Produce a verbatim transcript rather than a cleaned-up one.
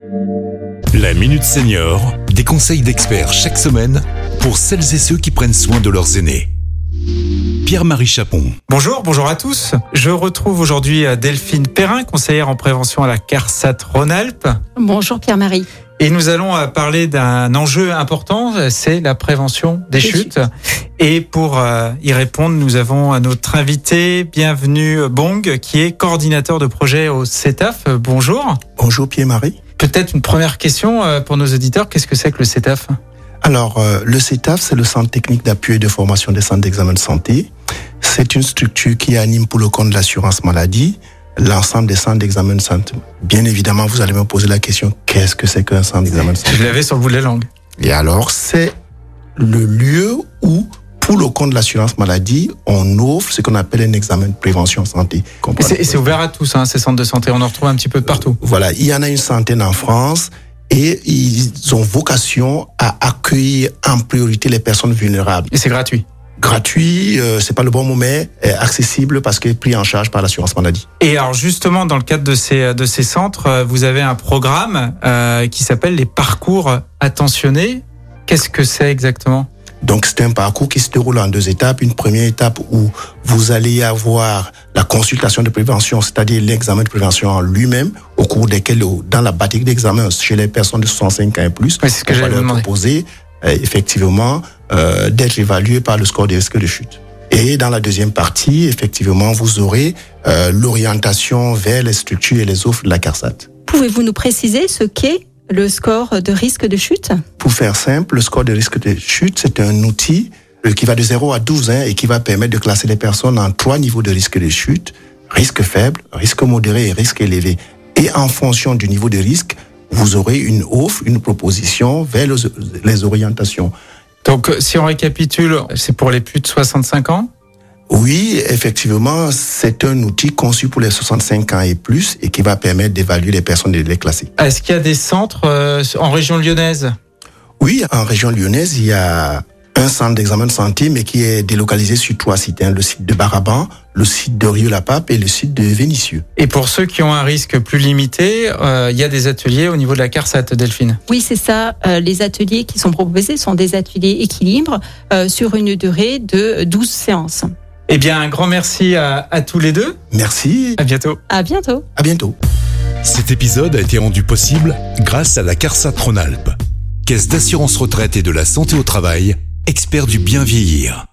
La Minute Senior, des conseils d'experts chaque semaine pour celles et ceux qui prennent soin de leurs aînés. Pierre-Marie Chapon. Bonjour, bonjour à tous. Je retrouve aujourd'hui Delphine Perrin, conseillère en prévention à la CARSAT Rhône-Alpes. Bonjour Pierre-Marie. Et nous allons parler d'un enjeu important, c'est la prévention des, des chutes. chutes. Et pour y répondre, nous avons notre invité, bienvenue Bong, qui est coordinateur de projet au CETAF. Bonjour. Bonjour Pierre-Marie. Peut-être une première question pour nos auditeurs, qu'est-ce que c'est que le CETAF ? Alors, euh, le CETAF, c'est le Centre technique d'appui et de formation des centres d'examen de santé. C'est une structure qui anime pour le compte de l'assurance maladie l'ensemble des centres d'examen de santé. Bien évidemment, vous allez me poser la question, qu'est-ce que c'est qu'un centre d'examen de santé ? Je l'avais sur le bout de la langue. Et alors, c'est le lieu où, pour le compte de l'assurance maladie, on offre ce qu'on appelle un examen de prévention santé. Et c'est, et c'est ouvert à tous, hein, ces centres de santé, on en retrouve un petit peu de partout. Euh, voilà, il y en a une centaine en France. Et ils ont vocation à accueillir en priorité les personnes vulnérables. Et c'est gratuit. Gratuit, euh, c'est pas le bon mot, mais euh, accessible parce que pris en charge par l'assurance maladie. Et alors justement, dans le cadre de ces de ces centres, vous avez un programme euh, qui s'appelle les parcours attentionnés. Qu'est-ce que c'est exactement ? Donc c'est un parcours qui se déroule en deux étapes. Une première étape où vous allez avoir la consultation de prévention, c'est-à-dire l'examen de prévention en lui-même, au cours desquels, dans la batterie d'examen chez les personnes de soixante-cinq ans et plus, oui, c'est ce que on va leur proposer euh, effectivement euh, d'être évalué par le score des risques de chute. Et dans la deuxième partie, effectivement, vous aurez euh, l'orientation vers les structures et les offres de la CARSAT. Pouvez-vous nous préciser ce qu'est le score de risque de chute ? Pour faire simple, le score de risque de chute, c'est un outil qui va de zéro à douze hein, et qui va permettre de classer les personnes en trois niveaux de risque de chute: risque faible, risque modéré et risque élevé. Et en fonction du niveau de risque, vous aurez une offre, une proposition vers les orientations. Donc, si on récapitule, c'est pour les plus de soixante-cinq ans ? Oui, effectivement, c'est un outil conçu pour les soixante-cinq ans et plus et qui va permettre d'évaluer les personnes et de les classer. Est-ce qu'il y a des centres euh, en région lyonnaise ? Oui, en région lyonnaise, il y a un centre d'examen de santé, mais qui est délocalisé sur trois sites. Hein, le site de Baraban, le site de Rieux-la-Pape et le site de Vénissieux. Et pour ceux qui ont un risque plus limité, euh, il y a des ateliers au niveau de la CARSAT, Delphine ? Oui, c'est ça. Euh, les ateliers qui sont proposés sont des ateliers équilibre euh, sur une durée de douze séances. Eh bien, un grand merci à, à tous les deux. Merci. À bientôt. À bientôt. À bientôt. Cet épisode a été rendu possible grâce à la CARSAT Rhône-Alpes, Caisse d'assurance retraite et de la santé au travail, expert du bien vieillir.